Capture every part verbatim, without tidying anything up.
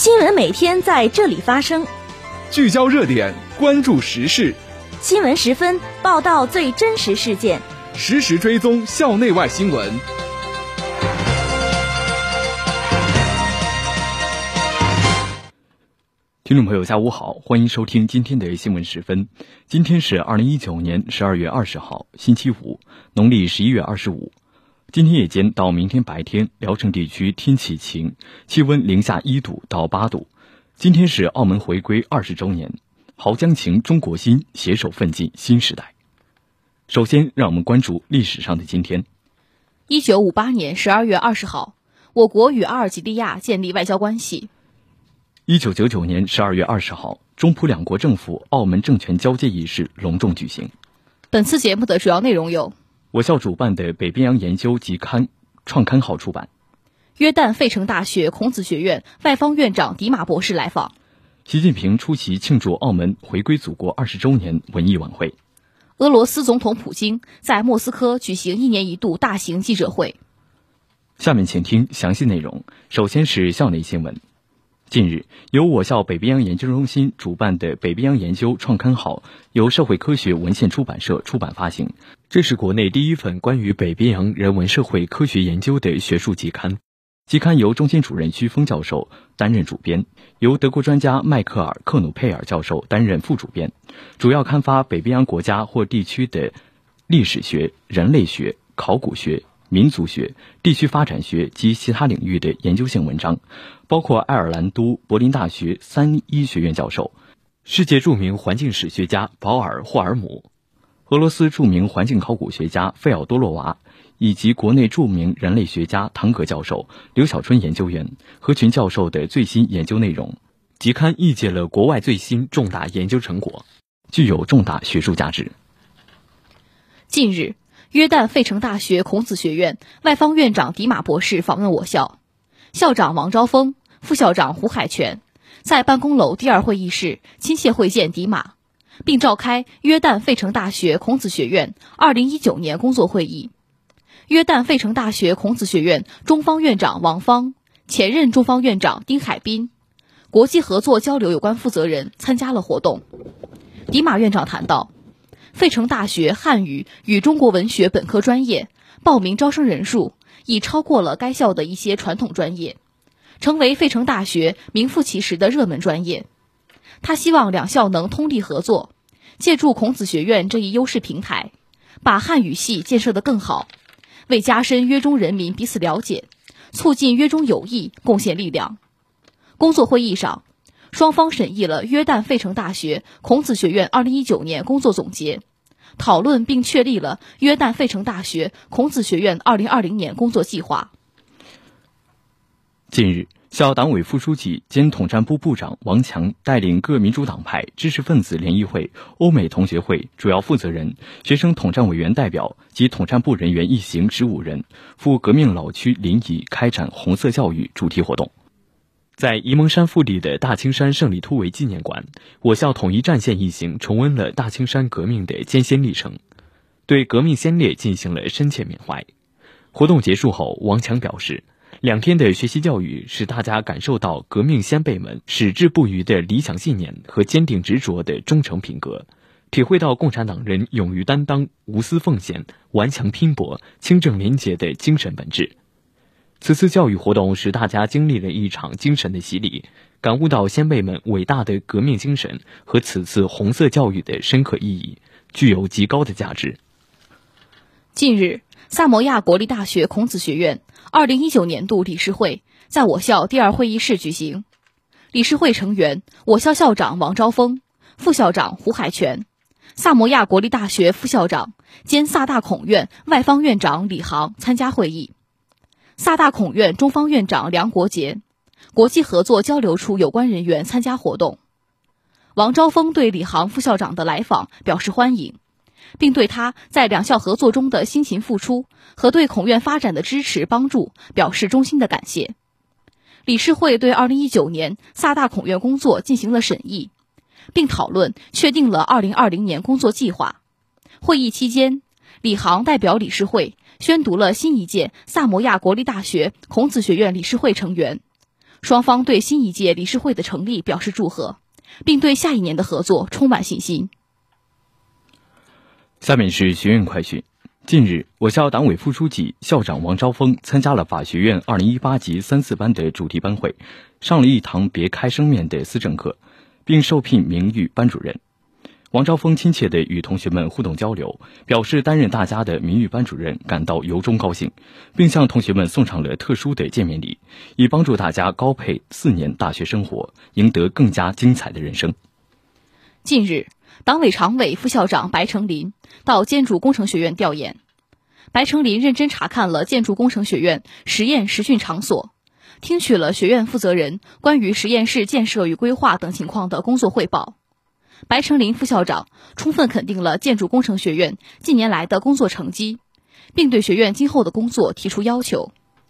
新闻每天在这里发生， 聚焦热点，关注时事。 新闻十分，报道最真实事件， 实时追踪校内外新闻。 听众朋友，下午好，欢迎收听今天的新闻十分。今天是二零一九年十二月二十号，星期五，农历十一月二十五。今天夜间到明天白天，聊城地区天气晴，气温零下一度到八度。今天是澳门回归二十周年，濠江情，中国心，携手奋进新时代。首先，让我们关注历史上的今天。 一九五八年十二月二十号，我国与阿尔及利亚建立外交关系。 一九九九年十二月二十号，中葡两国政府澳门政权交接仪式隆重举行。 本次节目的主要内容有： 我校主办的北冰洋研究集刊创刊号出版； 约旦费城大学孔子学院外方院长迪马博士来访； 习近平出席庆祝澳门回归祖国二十周年文艺晚会； 俄罗斯总统普京在莫斯科举行一年一度大型记者会。 下面请听详细内容。首先是校内新闻。近日，由我校北冰洋研究中心主办的北冰洋研究创刊号由社会科学文献出版社出版发行，这是国内第一份关于北冰洋人文社会科学研究的学术季刊。季刊由中心主任徐峰教授担任主编，由德国专家迈克尔·克努佩尔教授担任副主编，主要刊发北冰洋国家或地区的历史学、人类学、考古学、民族学、地区发展学及其他领域的研究性文章，包括爱尔兰都柏林大学三一学院教授、世界著名环境史学家保尔·霍尔姆、俄罗斯著名环境考古学家费奥多洛娃，以及国内著名人类学家唐格教授、刘小春研究员、何群教授的最新研究内容。集刊译介了国外最新重大研究成果，具有重大学术价值。 近日，约旦费城大学孔子学院外方院长迪马博士访问我校，校长王昭峰、副校长胡海泉在办公楼第二会议室亲切会见迪马，并召开约旦费城大学孔子学院二零一九年工作会议。约旦费城大学孔子学院中方院长王芳、前任中方院长丁海滨、国际合作交流有关负责人参加了活动。迪马院长谈到，费城大学汉语与中国文学本科专业报名招生人数已超过了该校的一些传统专业，成为费城大学名副其实的热门专业。他希望两校能通力合作，借助孔子学院这一优势平台，把汉语系建设得更好，为加深约中人民彼此了解，促进约中友谊贡献力量。工作会议上，双方审议了约旦费城大学孔子学院二零一九年工作总结，讨论并确立了约旦费城大学孔子学院二零二零年工作计划。 近日，校党委副书记兼统战部部长王强带领各民主党派、知识分子联谊会、欧美同学会主要负责人、学生统战委员代表及统战部人员一行十五人赴革命老区临沂开展红色教育主题活动。在沂蒙山腹地的大青山胜利突围纪念馆，我校统一战线一行重温了大青山革命的艰辛历程，对革命先烈进行了深切缅怀。活动结束后，王强表示，两天的学习教育使大家感受到革命先辈们矢志不渝的理想信念和坚定执着的忠诚品格，体会到共产党人勇于担当、无私奉献、顽强拼搏、清正廉洁的精神本质。此次教育活动使大家经历了一场精神的洗礼，感悟到先辈们伟大的革命精神和此次红色教育的深刻意义，具有极高的价值。 近日，萨摩亚国立大学孔子学院二零一九年度理事会在我校第二会议室举行。理事会成员我校校长王昭峰、副校长胡海泉、萨摩亚国立大学副校长兼萨大孔院外方院长李航参加会议。萨大孔院中方院长梁国杰、国际合作交流处有关人员参加活动。王昭峰对李航副校长的来访表示欢迎，并对他在两校合作中的辛勤付出和对孔院发展的支持帮助表示衷心的感谢。理事会对二零一九年萨大孔院工作进行了审议，并讨论确定了二零二零年工作计划。会议期间，李航代表理事会宣读了新一届萨摩亚国立大学孔子学院理事会成员双方对新一届理事会的成立表示祝贺，并对下一年的合作充满信心。 下面是学院快讯。近日，我校党委副书记、校长王昭峰参加了法学院二零一八级三四班的主题班会，上了一堂别开生面的思政课，并受聘名誉班主任。王昭峰亲切地与同学们互动交流，表示担任大家的名誉班主任感到由衷高兴，并向同学们送上了特殊的见面礼，以帮助大家高配四年大学生活，赢得更加精彩的人生。 近日，党委常委、副校长白成林到建筑工程学院调研。白成林认真查看了建筑工程学院实验实训场所，听取了学院负责人关于实验室建设与规划等情况的工作汇报。白成林副校长充分肯定了建筑工程学院近年来的工作成绩，并对学院今后的工作提出要求。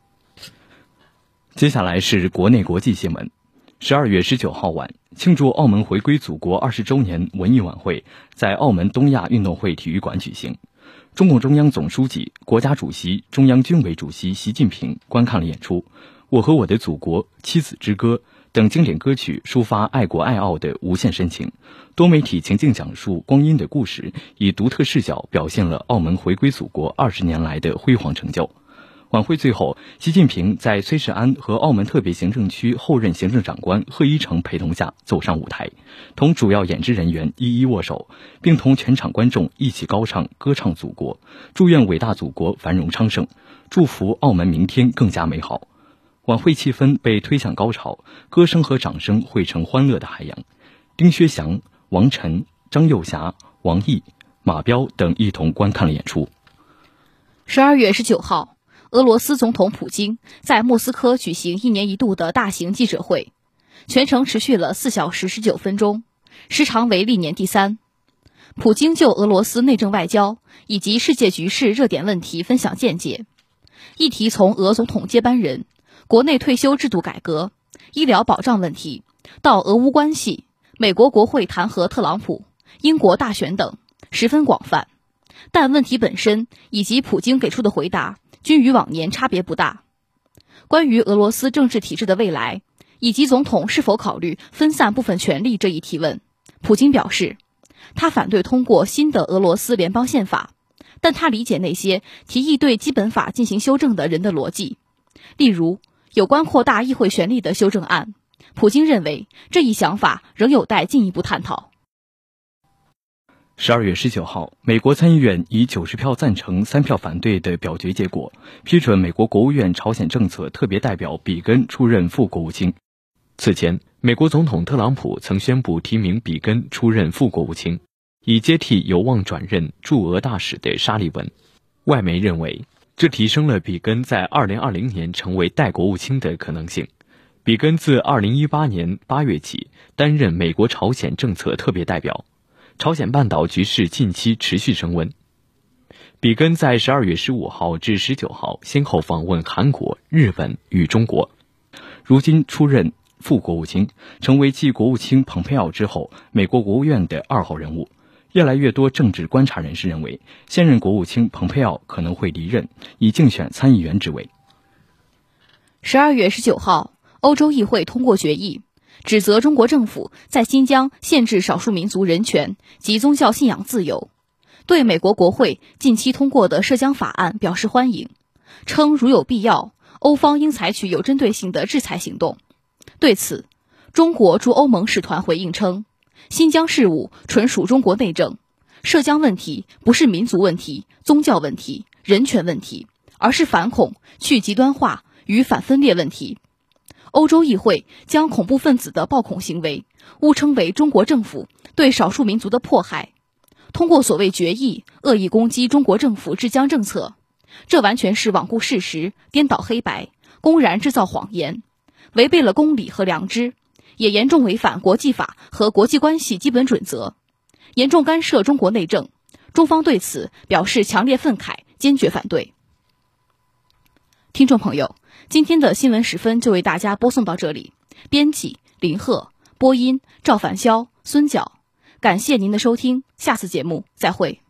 接下来是国内国际新闻。十二月十九号晚，庆祝澳门回归祖国二十周年文艺晚会在澳门东亚运动会体育馆举行。中共中央总书记、国家主席、中央军委主席习近平观看了演出《我和我的祖国》《妻子之歌》等经典歌曲，抒发爱国爱澳的无限深情。多媒体情境讲述光阴的故事，以独特视角表现了澳门回归祖国二十年来的辉煌成就。晚会最后，习近平在崔世安和澳门特别行政区后任行政长官贺一诚陪同下走上舞台，同主要演职人员一一握手，并同全场观众一起高唱歌唱祖国，祝愿伟大祖国繁荣昌盛，祝福澳门明天更加美好。晚会气氛被推向高潮，歌声和掌声汇成欢乐的海洋。丁薛祥、王晨、张幼霞、王毅、马彪等一同观看了演出。 十二月十九号，俄罗斯总统普京在莫斯科举行一年一度的大型记者会，全程持续了四小时十九分钟，时长为历年第三。普京就俄罗斯内政外交以及世界局势热点问题分享见解，议题从俄总统接班人、国内退休制度改革、医疗保障问题到俄乌关系、美国国会弹劾特朗普、英国大选等，十分广泛。但问题本身以及普京给出的回答均与往年差别不大。关于俄罗斯政治体制的未来，以及总统是否考虑分散部分权力这一提问，普京表示，他反对通过新的俄罗斯联邦宪法，但他理解那些提议对基本法进行修正的人的逻辑。例如，有关扩大议会权力的修正案，普京认为这一想法仍有待进一步探讨。 十二月十九号，美国参议院以九十票赞成、三票反对的表决结果，批准美国国务院朝鲜政策特别代表比根出任副国务卿。此前，美国总统特朗普曾宣布提名比根出任副国务卿，以接替有望转任驻俄大使的沙利文。外媒认为，这提升了比根在二零二零年成为代国务卿的可能性。比根自二零一八年八月起担任美国朝鲜政策特别代表。朝鲜半岛局势近期持续升温。比根在十二月十五号至十九号先后访问韩国、日本与中国，如今出任副国务卿，成为继国务卿蓬佩奥之后美国国务院的二号人物。越来越多政治观察人士认为，现任国务卿蓬佩奥可能会离任，以竞选参议员职位。 十二月十九号，欧洲议会通过决议，指责中国政府在新疆限制少数民族人权及宗教信仰自由，对美国国会近期通过的涉疆法案表示欢迎，称如有必要，欧方应采取有针对性的制裁行动。对此，中国驻欧盟使团回应称，新疆事务纯属中国内政，涉疆问题不是民族问题、宗教问题、人权问题，而是反恐、去极端化与反分裂问题。欧洲议会将恐怖分子的暴恐行为误称为中国政府对少数民族的迫害，通过所谓决议恶意攻击中国政府治疆政策，这完全是罔顾事实、颠倒黑白、公然制造谎言，违背了公理和良知，也严重违反国际法和国际关系基本准则，严重干涉中国内政。中方对此表示强烈愤慨，坚决反对。听众朋友，今天的新闻时分就为大家播送到这里，编辑林鹤，播音赵凡霄、孙角，感谢您的收听，下次节目再会。